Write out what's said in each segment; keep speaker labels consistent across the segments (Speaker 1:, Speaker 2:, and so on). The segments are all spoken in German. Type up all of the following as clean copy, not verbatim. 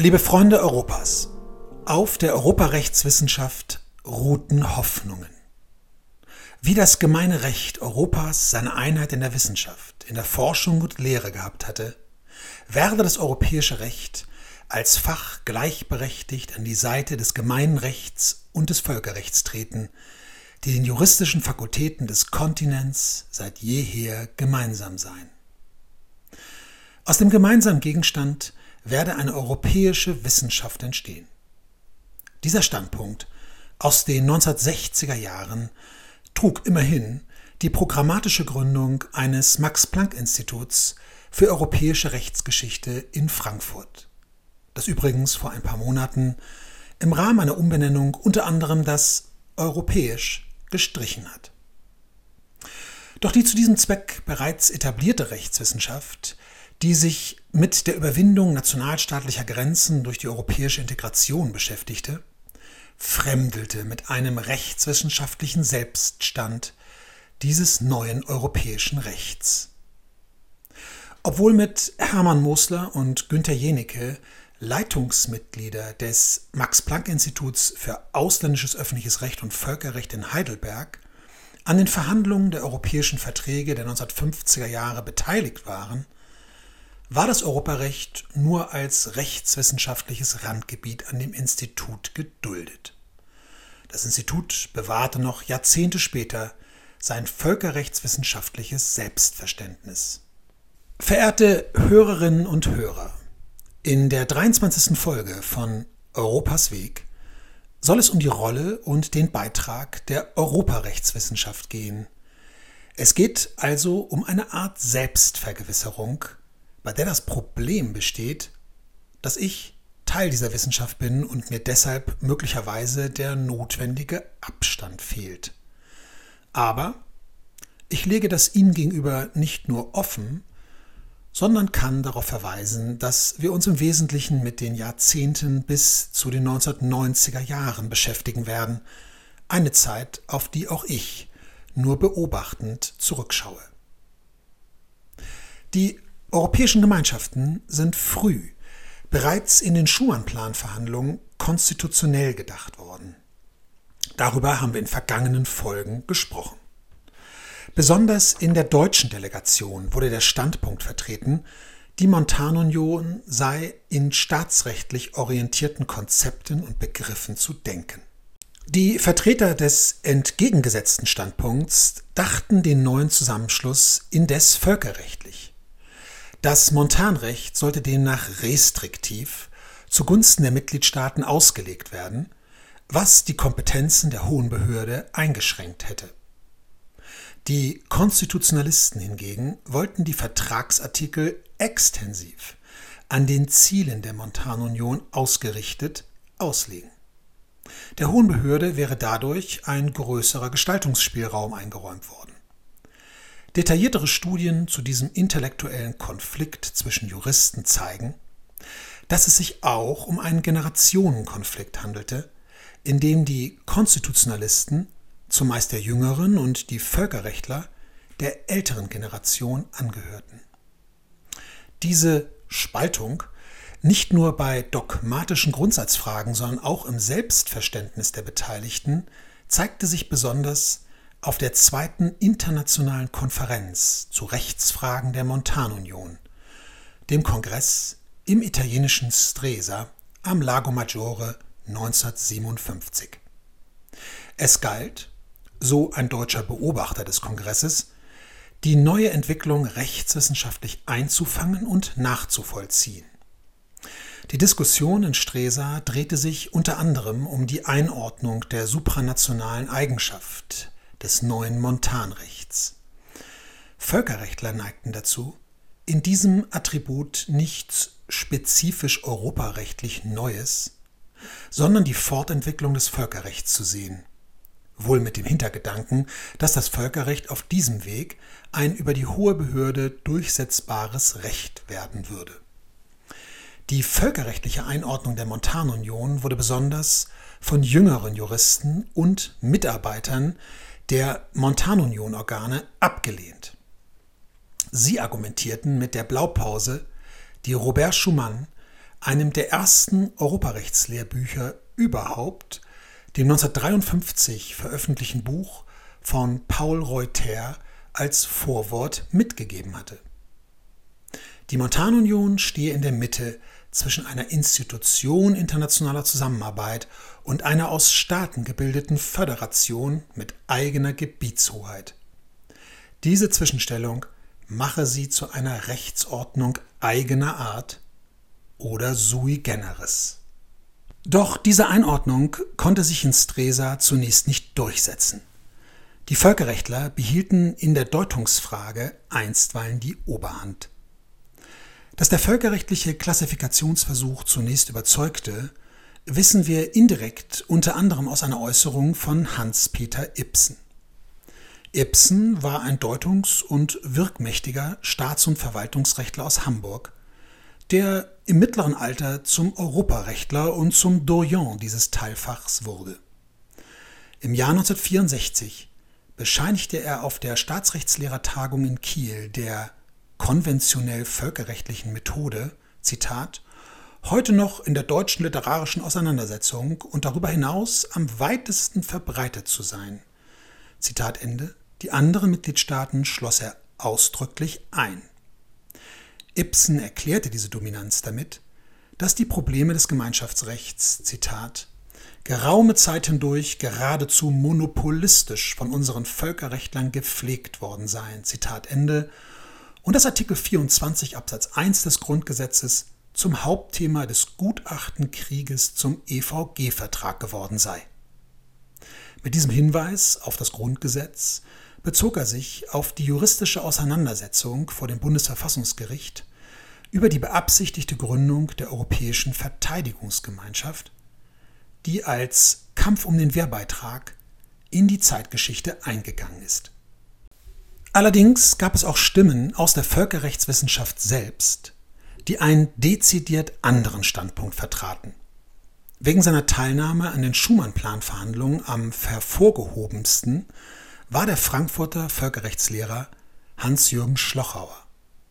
Speaker 1: Liebe Freunde Europas, auf der Europarechtswissenschaft ruhten Hoffnungen. Wie das gemeine Recht Europas seine Einheit in der Wissenschaft, in der Forschung und Lehre gehabt hatte, werde das europäische Recht als Fach gleichberechtigt an die Seite des gemeinen Rechts und des Völkerrechts treten, die den juristischen Fakultäten des Kontinents seit jeher gemeinsam seien. Aus dem gemeinsamen Gegenstand werde eine europäische Wissenschaft entstehen. Dieser Standpunkt aus den 1960er Jahren trug immerhin die programmatische Gründung eines Max-Planck-Instituts für europäische Rechtsgeschichte in Frankfurt, das übrigens vor ein paar Monaten im Rahmen einer Umbenennung unter anderem das Europäisch gestrichen hat. Doch die zu diesem Zweck bereits etablierte Rechtswissenschaft, die sich mit der Überwindung nationalstaatlicher Grenzen durch die europäische Integration beschäftigte, fremdelte mit einem rechtswissenschaftlichen Selbststand dieses neuen europäischen Rechts. Obwohl mit Hermann Mosler und Günter Jaenicke Leitungsmitglieder des Max-Planck-Instituts für ausländisches öffentliches Recht und Völkerrecht in Heidelberg an den Verhandlungen der europäischen Verträge der 1950er Jahre beteiligt waren, war das Europarecht nur als rechtswissenschaftliches Randgebiet an dem Institut geduldet. Das Institut bewahrte noch Jahrzehnte später sein völkerrechtswissenschaftliches Selbstverständnis. Verehrte Hörerinnen und Hörer, in der 23. Folge von Europas Weg soll es um die Rolle und den Beitrag der Europarechtswissenschaft gehen. Es geht also um eine Art Selbstvergewisserung, bei der das Problem besteht, dass ich Teil dieser Wissenschaft bin und mir deshalb möglicherweise der notwendige Abstand fehlt. Aber ich lege das ihm gegenüber nicht nur offen, sondern kann darauf verweisen, dass wir uns im Wesentlichen mit den Jahrzehnten bis zu den 1990er Jahren beschäftigen werden, eine Zeit, auf die auch ich nur beobachtend zurückschaue. Die europäischen Gemeinschaften sind früh, bereits in den Schuman-Plan-Verhandlungen, konstitutionell gedacht worden. Darüber haben wir in vergangenen Folgen gesprochen. Besonders in der deutschen Delegation wurde der Standpunkt vertreten, die Montanunion sei in staatsrechtlich orientierten Konzepten und Begriffen zu denken. Die Vertreter des entgegengesetzten Standpunkts dachten den neuen Zusammenschluss indes völkerrechtlich. Das Montanrecht sollte demnach restriktiv zugunsten der Mitgliedstaaten ausgelegt werden, was die Kompetenzen der Hohen Behörde eingeschränkt hätte. Die Konstitutionalisten hingegen wollten die Vertragsartikel extensiv an den Zielen der Montanunion ausgerichtet auslegen. Der Hohen Behörde wäre dadurch ein größerer Gestaltungsspielraum eingeräumt worden. Detailliertere Studien zu diesem intellektuellen Konflikt zwischen Juristen zeigen, dass es sich auch um einen Generationenkonflikt handelte, in dem die Konstitutionalisten, zumeist der jüngeren, und die Völkerrechtler der älteren Generation angehörten. Diese Spaltung, nicht nur bei dogmatischen Grundsatzfragen, sondern auch im Selbstverständnis der Beteiligten, zeigte sich besonders auf der zweiten internationalen Konferenz zu Rechtsfragen der Montanunion, dem Kongress im italienischen Stresa am Lago Maggiore 1957. Es galt, so ein deutscher Beobachter des Kongresses, die neue Entwicklung rechtswissenschaftlich einzufangen und nachzuvollziehen. Die Diskussion in Stresa drehte sich unter anderem um die Einordnung der supranationalen Eigenschaft des neuen Montanrechts. Völkerrechtler neigten dazu, in diesem Attribut nichts spezifisch europarechtlich Neues, sondern die Fortentwicklung des Völkerrechts zu sehen. Wohl mit dem Hintergedanken, dass das Völkerrecht auf diesem Weg ein über die Hohe Behörde durchsetzbares Recht werden würde. Die völkerrechtliche Einordnung der Montanunion wurde besonders von jüngeren Juristen und Mitarbeitern der Montanunion-Organe abgelehnt. Sie argumentierten mit der Blaupause, die Robert Schuman einem der ersten Europarechtslehrbücher überhaupt, dem 1953 veröffentlichten Buch von Paul Reuter als Vorwort mitgegeben hatte. Die Montanunion stehe in der Mitte zwischen einer Institution internationaler Zusammenarbeit und einer aus Staaten gebildeten Föderation mit eigener Gebietshoheit. Diese Zwischenstellung mache sie zu einer Rechtsordnung eigener Art oder sui generis. Doch diese Einordnung konnte sich in Stresa zunächst nicht durchsetzen. Die Völkerrechtler behielten in der Deutungsfrage einstweilen die Oberhand. Dass der völkerrechtliche Klassifikationsversuch zunächst überzeugte, wissen wir indirekt unter anderem aus einer Äußerung von Hans-Peter Ibsen. Ibsen war ein deutungs- und wirkmächtiger Staats- und Verwaltungsrechtler aus Hamburg, der im mittleren Alter zum Europarechtler und zum Doyen dieses Teilfachs wurde. Im Jahr 1964 bescheinigte er auf der Staatsrechtslehrertagung in Kiel der konventionell völkerrechtlichen Methode, Zitat, heute noch in der deutschen literarischen Auseinandersetzung und darüber hinaus am weitesten verbreitet zu sein. Zitat Ende. Die anderen Mitgliedstaaten schloss er ausdrücklich ein. Ibsen erklärte diese Dominanz damit, dass die Probleme des Gemeinschaftsrechts, Zitat, geraume Zeit hindurch geradezu monopolistisch von unseren Völkerrechtlern gepflegt worden seien, Zitat Ende, und dass Artikel 24 Absatz 1 des Grundgesetzes zum Hauptthema des Gutachtenkrieges zum EVG-Vertrag geworden sei. Mit diesem Hinweis auf das Grundgesetz bezog er sich auf die juristische Auseinandersetzung vor dem Bundesverfassungsgericht über die beabsichtigte Gründung der Europäischen Verteidigungsgemeinschaft, die als Kampf um den Wehrbeitrag in die Zeitgeschichte eingegangen ist. Allerdings gab es auch Stimmen aus der Völkerrechtswissenschaft selbst, die einen dezidiert anderen Standpunkt vertraten. Wegen seiner Teilnahme an den Schuman-Plan-Verhandlungen am hervorgehobensten war der Frankfurter Völkerrechtslehrer Hans-Jürgen Schlochauer.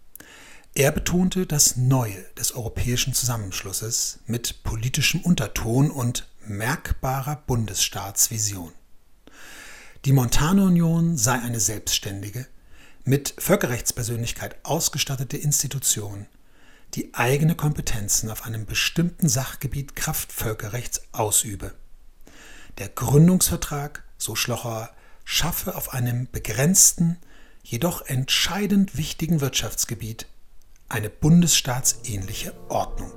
Speaker 1: Er betonte das Neue des europäischen Zusammenschlusses mit politischem Unterton und merkbarer Bundesstaatsvision. Die Montanunion sei eine selbstständige, mit Völkerrechtspersönlichkeit ausgestattete Institution, die eigene Kompetenzen auf einem bestimmten Sachgebiet Kraft Völkerrechts ausübe. Der Gründungsvertrag, so Schlochauer, schaffe auf einem begrenzten, jedoch entscheidend wichtigen Wirtschaftsgebiet eine bundesstaatsähnliche Ordnung.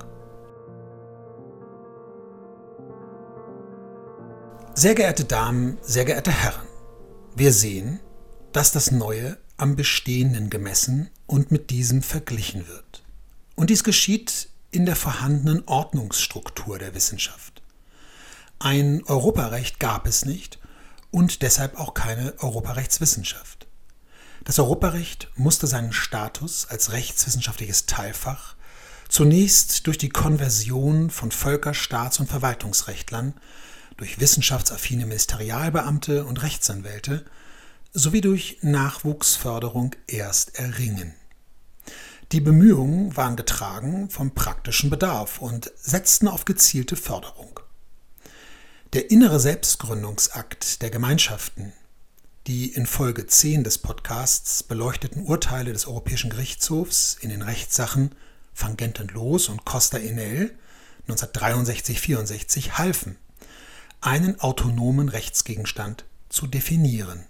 Speaker 1: Sehr geehrte Damen, sehr geehrte Herren, wir sehen, dass das Neue am Bestehenden gemessen und mit diesem verglichen wird. Und dies geschieht in der vorhandenen Ordnungsstruktur der Wissenschaft. Ein Europarecht gab es nicht und deshalb auch keine Europarechtswissenschaft. Das Europarecht musste seinen Status als rechtswissenschaftliches Teilfach zunächst durch die Konversion von Völker-, Staats- und Verwaltungsrechtlern, durch wissenschaftsaffine Ministerialbeamte und Rechtsanwälte sowie durch Nachwuchsförderung erst erringen. Die Bemühungen waren getragen vom praktischen Bedarf und setzten auf gezielte Förderung. Der innere Selbstgründungsakt der Gemeinschaften, die in Folge 10 des Podcasts beleuchteten Urteile des Europäischen Gerichtshofs in den Rechtssachen Van Genten-Loos und Costa-Enel 1963-64 halfen, einen autonomen Rechtsgegenstand zu definieren.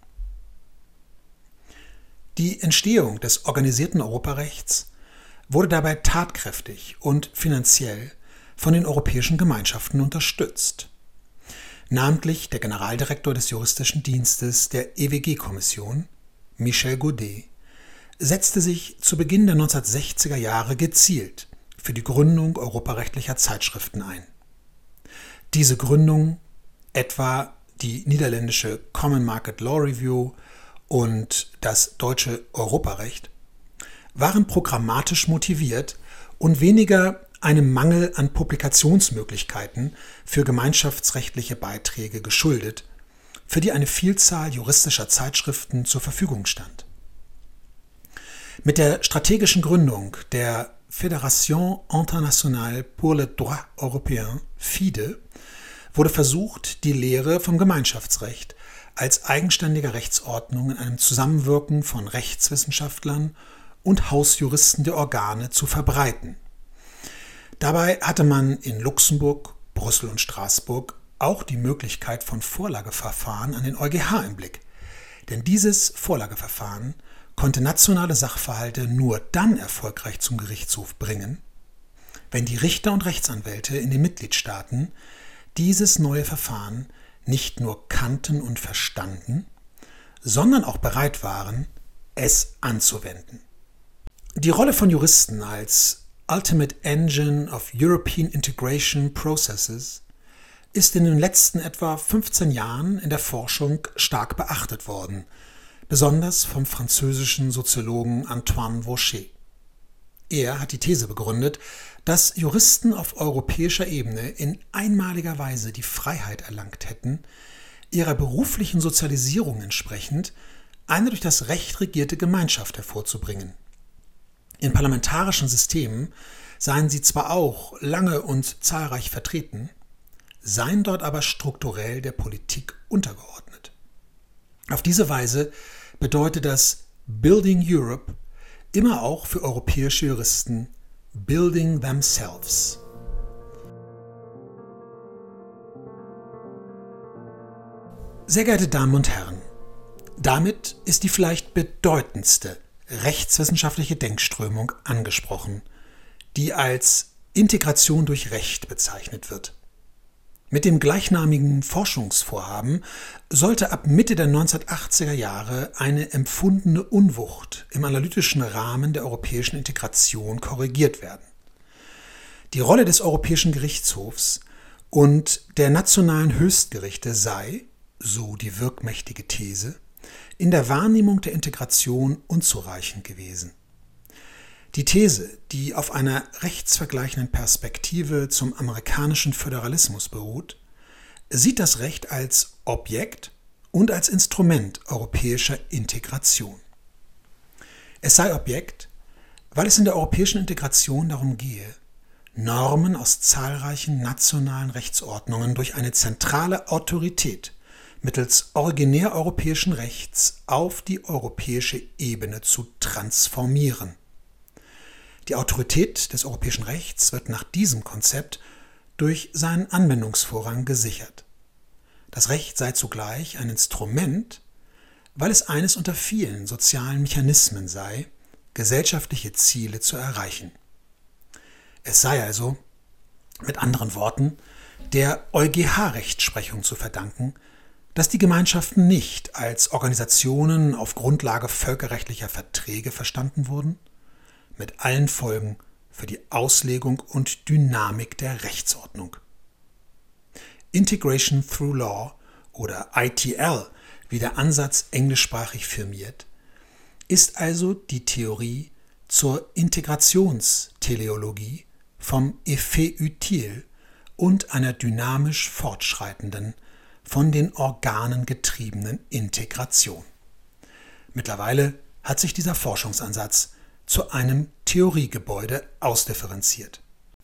Speaker 1: Die Entstehung des organisierten Europarechts wurde dabei tatkräftig und finanziell von den europäischen Gemeinschaften unterstützt. Namentlich der Generaldirektor des Juristischen Dienstes der EWG-Kommission, Michel Gaudet, setzte sich zu Beginn der 1960er Jahre gezielt für die Gründung europarechtlicher Zeitschriften ein. Diese Gründung, etwa die niederländische Common Market Law Review und das deutsche Europarecht, waren programmatisch motiviert und weniger einem Mangel an Publikationsmöglichkeiten für gemeinschaftsrechtliche Beiträge geschuldet, für die eine Vielzahl juristischer Zeitschriften zur Verfügung stand. Mit der strategischen Gründung der Fédération Internationale pour le Droit Européen, FIDE, wurde versucht, die Lehre vom Gemeinschaftsrecht als eigenständige Rechtsordnung in einem Zusammenwirken von Rechtswissenschaftlern und Hausjuristen der Organe zu verbreiten. Dabei hatte man in Luxemburg, Brüssel und Straßburg auch die Möglichkeit von Vorlageverfahren an den EuGH im Blick. Denn dieses Vorlageverfahren konnte nationale Sachverhalte nur dann erfolgreich zum Gerichtshof bringen, wenn die Richter und Rechtsanwälte in den Mitgliedstaaten dieses neue Verfahren nicht nur kannten und verstanden, sondern auch bereit waren, es anzuwenden. Die Rolle von Juristen als Ultimate Engine of European Integration Processes ist in den letzten etwa 15 Jahren in der Forschung stark beachtet worden, besonders vom französischen Soziologen Antoine Vaucher. Er hat die These begründet, dass Juristen auf europäischer Ebene in einmaliger Weise die Freiheit erlangt hätten, ihrer beruflichen Sozialisierung entsprechend eine durch das Recht regierte Gemeinschaft hervorzubringen. In parlamentarischen Systemen seien sie zwar auch lange und zahlreich vertreten, seien dort aber strukturell der Politik untergeordnet. Auf diese Weise bedeutet das Building Europe immer auch für europäische Juristen Building Themselves. Sehr geehrte Damen und Herren, damit ist die vielleicht bedeutendste rechtswissenschaftliche Denkströmung angesprochen, die als Integration durch Recht bezeichnet wird. Mit dem gleichnamigen Forschungsvorhaben sollte ab Mitte der 1980er Jahre eine empfundene Unwucht im analytischen Rahmen der europäischen Integration korrigiert werden. Die Rolle des Europäischen Gerichtshofs und der nationalen Höchstgerichte sei, so die wirkmächtige These, in der Wahrnehmung der Integration unzureichend gewesen. Die These, die auf einer rechtsvergleichenden Perspektive zum amerikanischen Föderalismus beruht, sieht das Recht als Objekt und als Instrument europäischer Integration. Es sei Objekt, weil es in der europäischen Integration darum gehe, Normen aus zahlreichen nationalen Rechtsordnungen durch eine zentrale Autorität mittels originär europäischen Rechts auf die europäische Ebene zu transformieren. Die Autorität des europäischen Rechts wird nach diesem Konzept durch seinen Anwendungsvorrang gesichert. Das Recht sei zugleich ein Instrument, weil es eines unter vielen sozialen Mechanismen sei, gesellschaftliche Ziele zu erreichen. Es sei also, mit anderen Worten, der EuGH-Rechtsprechung zu verdanken, dass die Gemeinschaften nicht als Organisationen auf Grundlage völkerrechtlicher Verträge verstanden wurden, mit allen Folgen für die Auslegung und Dynamik der Rechtsordnung. Integration through Law oder ITL, wie der Ansatz englischsprachig firmiert, ist also die Theorie zur Integrationsteleologie vom Effet utile und einer dynamisch fortschreitenden, von den Organen getriebenen Integration. Mittlerweile hat sich dieser Forschungsansatz zu einem Theoriegebäude ausdifferenziert.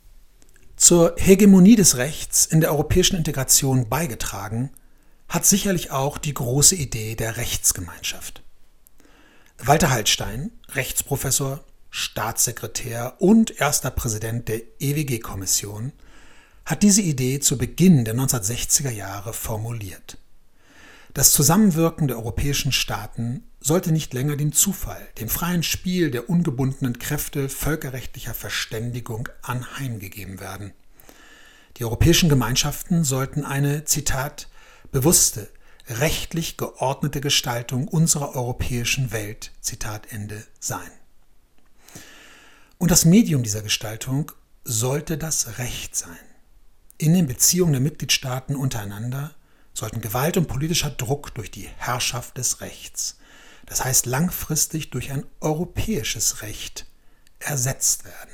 Speaker 1: Zur Hegemonie des Rechts in der europäischen Integration beigetragen hat sicherlich auch die große Idee der Rechtsgemeinschaft. Walter Hallstein, Rechtsprofessor, Staatssekretär und erster Präsident der EWG-Kommission, hat diese Idee zu Beginn der 1960er Jahre formuliert. Das Zusammenwirken der europäischen Staaten sollte nicht länger dem Zufall, dem freien Spiel der ungebundenen Kräfte völkerrechtlicher Verständigung anheimgegeben werden. Die europäischen Gemeinschaften sollten eine, Zitat, bewusste, rechtlich geordnete Gestaltung unserer europäischen Welt, Zitat Ende, sein. Und das Medium dieser Gestaltung sollte das Recht sein. In den Beziehungen der Mitgliedstaaten untereinander sollten Gewalt und politischer Druck durch die Herrschaft des Rechts, das heißt langfristig durch ein europäisches Recht, ersetzt werden.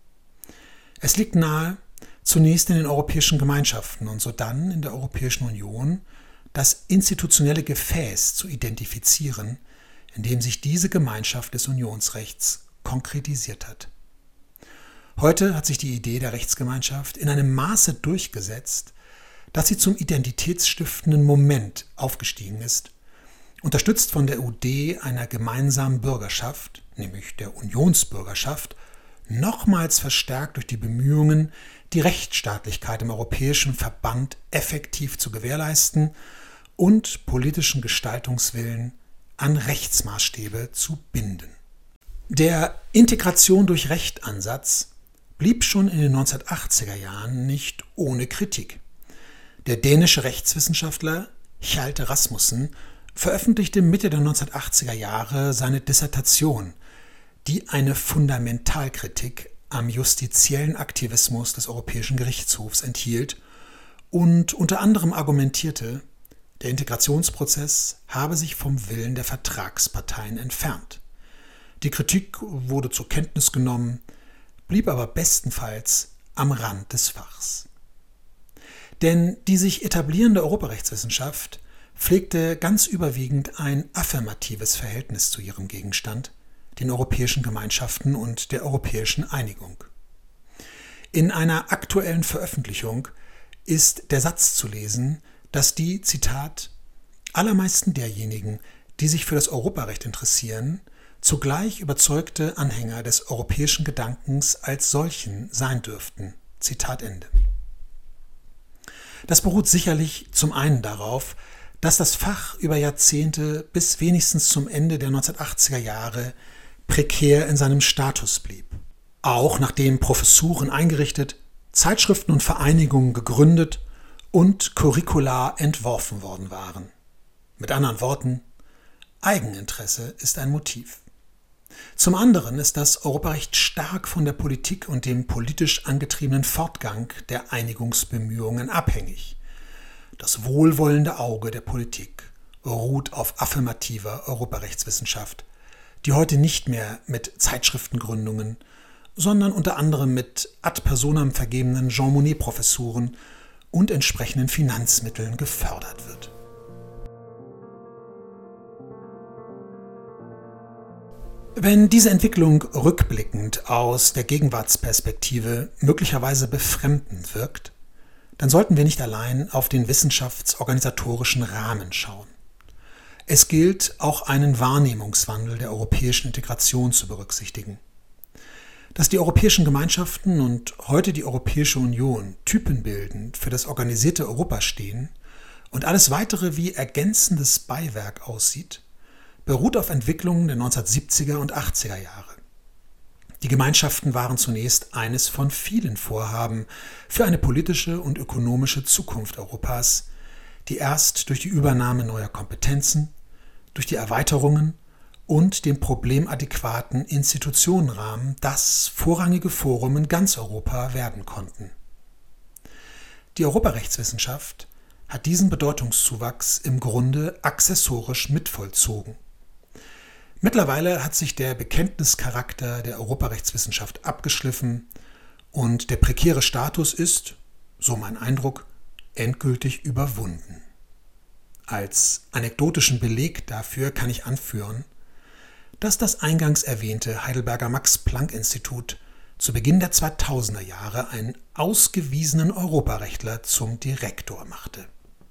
Speaker 1: Es liegt nahe, zunächst in den europäischen Gemeinschaften und sodann in der Europäischen Union das institutionelle Gefäß zu identifizieren, in dem sich diese Gemeinschaft des Unionsrechts konkretisiert hat. Heute hat sich die Idee der Rechtsgemeinschaft in einem Maße durchgesetzt, dass sie zum identitätsstiftenden Moment aufgestiegen ist, unterstützt von der Idee einer gemeinsamen Bürgerschaft, nämlich der Unionsbürgerschaft, nochmals verstärkt durch die Bemühungen, die Rechtsstaatlichkeit im Europäischen Verband effektiv zu gewährleisten und politischen Gestaltungswillen an Rechtsmaßstäbe zu binden. Der Integration durch Recht-Ansatz blieb schon in den 1980er Jahren nicht ohne Kritik. Der dänische Rechtswissenschaftler Hjalte Rasmussen veröffentlichte Mitte der 1980er Jahre seine Dissertation, die eine Fundamentalkritik am justiziellen Aktivismus des Europäischen Gerichtshofs enthielt und unter anderem argumentierte, der Integrationsprozess habe sich vom Willen der Vertragsparteien entfernt. Die Kritik wurde zur Kenntnis genommen, blieb aber bestenfalls am Rand des Fachs. Denn die sich etablierende Europarechtswissenschaft pflegte ganz überwiegend ein affirmatives Verhältnis zu ihrem Gegenstand, den europäischen Gemeinschaften und der europäischen Einigung. In einer aktuellen Veröffentlichung ist der Satz zu lesen, dass die, Zitat, allermeisten derjenigen, die sich für das Europarecht interessieren, zugleich überzeugte Anhänger des europäischen Gedankens als solchen sein dürften. Zitat Ende. Das beruht sicherlich zum einen darauf, dass das Fach über Jahrzehnte bis wenigstens zum Ende der 1980er Jahre prekär in seinem Status blieb. Auch nachdem Professuren eingerichtet, Zeitschriften und Vereinigungen gegründet und Curricula entworfen worden waren. Mit anderen Worten, Eigeninteresse ist ein Motiv. Zum anderen ist das Europarecht stark von der Politik und dem politisch angetriebenen Fortgang der Einigungsbemühungen abhängig. Das wohlwollende Auge der Politik ruht auf affirmativer Europarechtswissenschaft, die heute nicht mehr mit Zeitschriftengründungen, sondern unter anderem mit ad personam vergebenen Jean Monnet-Professuren und entsprechenden Finanzmitteln gefördert wird. Wenn diese Entwicklung rückblickend aus der Gegenwartsperspektive möglicherweise befremdend wirkt, dann sollten wir nicht allein auf den wissenschaftsorganisatorischen Rahmen schauen. Es gilt, auch einen Wahrnehmungswandel der europäischen Integration zu berücksichtigen. Dass die europäischen Gemeinschaften und heute die Europäische Union typenbildend für das organisierte Europa stehen und alles weitere wie ergänzendes Beiwerk aussieht, beruht auf Entwicklungen der 1970er und 80er Jahre. Die Gemeinschaften waren zunächst eines von vielen Vorhaben für eine politische und ökonomische Zukunft Europas, die erst durch die Übernahme neuer Kompetenzen, durch die Erweiterungen und den problemadäquaten Institutionenrahmen das vorrangige Forum in ganz Europa werden konnten. Die Europarechtswissenschaft hat diesen Bedeutungszuwachs im Grunde accessorisch mitvollzogen. Mittlerweile hat sich der Bekenntnischarakter der Europarechtswissenschaft abgeschliffen und der prekäre Status ist, so mein Eindruck, endgültig überwunden. Als anekdotischen Beleg dafür kann ich anführen, dass das eingangs erwähnte Heidelberger Max-Planck-Institut zu Beginn der 2000er Jahre einen ausgewiesenen Europarechtler zum Direktor machte.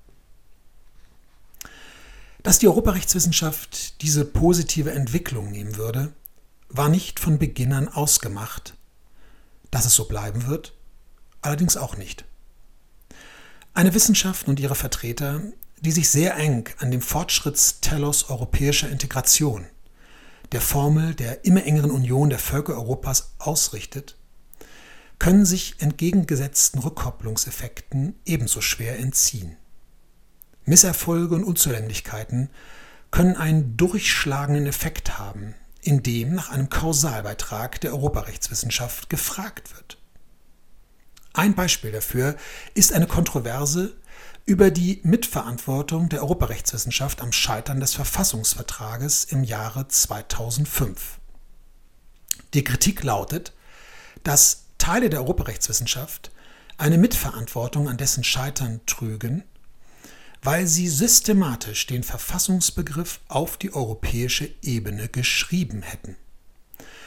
Speaker 1: Dass die Europarechtswissenschaft diese positive Entwicklung nehmen würde, war nicht von Beginn an ausgemacht. Dass es so bleiben wird, allerdings auch nicht. Eine Wissenschaft und ihre Vertreter, die sich sehr eng an dem Fortschrittstelos europäischer Integration, der Formel der immer engeren Union der Völker Europas ausrichtet, können sich entgegengesetzten Rückkopplungseffekten ebenso schwer entziehen. Misserfolge und Unzulänglichkeiten können einen durchschlagenden Effekt haben, indem nach einem Kausalbeitrag der Europarechtswissenschaft gefragt wird. Ein Beispiel dafür ist eine Kontroverse über die Mitverantwortung der Europarechtswissenschaft am Scheitern des Verfassungsvertrages im Jahre 2005. Die Kritik lautet, dass Teile der Europarechtswissenschaft eine Mitverantwortung an dessen Scheitern trügen, weil sie systematisch den Verfassungsbegriff auf die europäische Ebene geschrieben hätten.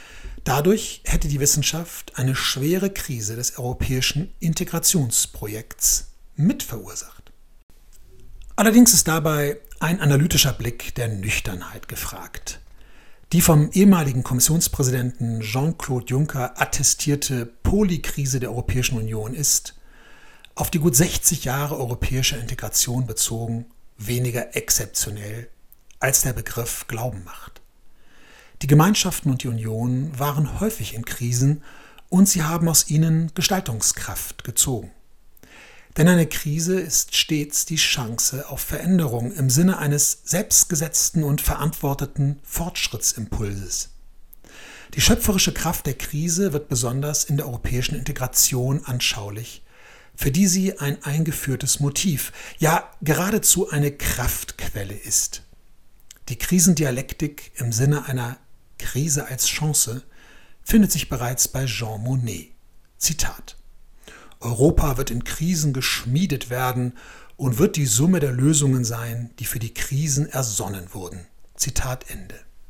Speaker 1: Dadurch hätte die Wissenschaft eine schwere Krise des europäischen Integrationsprojekts mitverursacht. Allerdings ist dabei ein analytischer Blick der Nüchternheit gefragt. Die vom ehemaligen Kommissionspräsidenten Jean-Claude Juncker attestierte Polykrise der Europäischen Union ist, auf die gut 60 Jahre europäischer Integration bezogen, weniger exzeptionell, als der Begriff Glauben macht. Die Gemeinschaften und die Union waren häufig in Krisen und sie haben aus ihnen Gestaltungskraft gezogen. Denn eine Krise ist stets die Chance auf Veränderung im Sinne eines selbstgesetzten und verantworteten Fortschrittsimpulses. Die schöpferische Kraft der Krise wird besonders in der europäischen Integration anschaulich, für die sie ein eingeführtes Motiv, ja geradezu eine Kraftquelle ist. Die Krisendialektik im Sinne einer Krise als Chance findet sich bereits bei Jean Monnet. Zitat: Europa wird in Krisen geschmiedet werden und wird die Summe der Lösungen sein, die für die Krisen ersonnen wurden. Zitat Ende.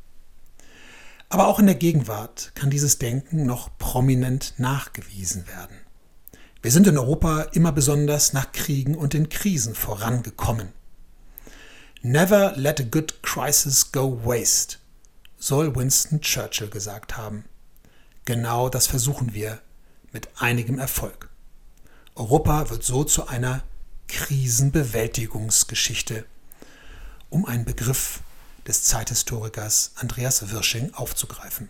Speaker 1: Aber auch in der Gegenwart kann dieses Denken noch prominent nachgewiesen werden. Wir sind in Europa immer besonders nach Kriegen und in Krisen vorangekommen. Never let a good crisis go waste, soll Winston Churchill gesagt haben. Genau das versuchen wir mit einigem Erfolg. Europa wird so zu einer Krisenbewältigungsgeschichte, um einen Begriff des Zeithistorikers Andreas Wirsching aufzugreifen.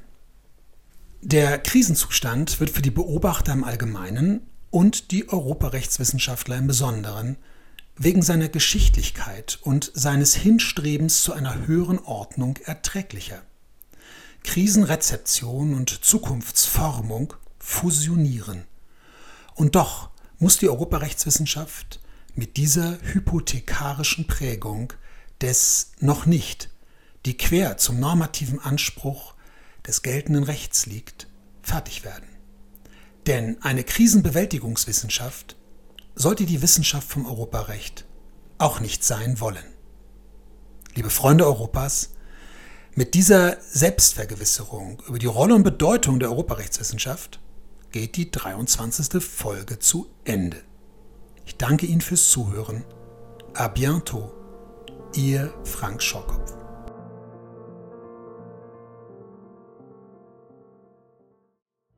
Speaker 1: Der Krisenzustand wird für die Beobachter im Allgemeinen und die Europarechtswissenschaftler im Besonderen wegen seiner Geschichtlichkeit und seines Hinstrebens zu einer höheren Ordnung erträglicher. Krisenrezeption und Zukunftsformung fusionieren. Und doch muss die Europarechtswissenschaft mit dieser hypothekarischen Prägung des noch nicht, die quer zum normativen Anspruch des geltenden Rechts liegt, fertig werden. Denn eine Krisenbewältigungswissenschaft sollte die Wissenschaft vom Europarecht auch nicht sein wollen. Liebe Freunde Europas, mit dieser Selbstvergewisserung über die Rolle und Bedeutung der Europarechtswissenschaft geht die 23. Folge zu Ende. Ich danke Ihnen fürs Zuhören. À bientôt, Ihr Frank Schorkopf.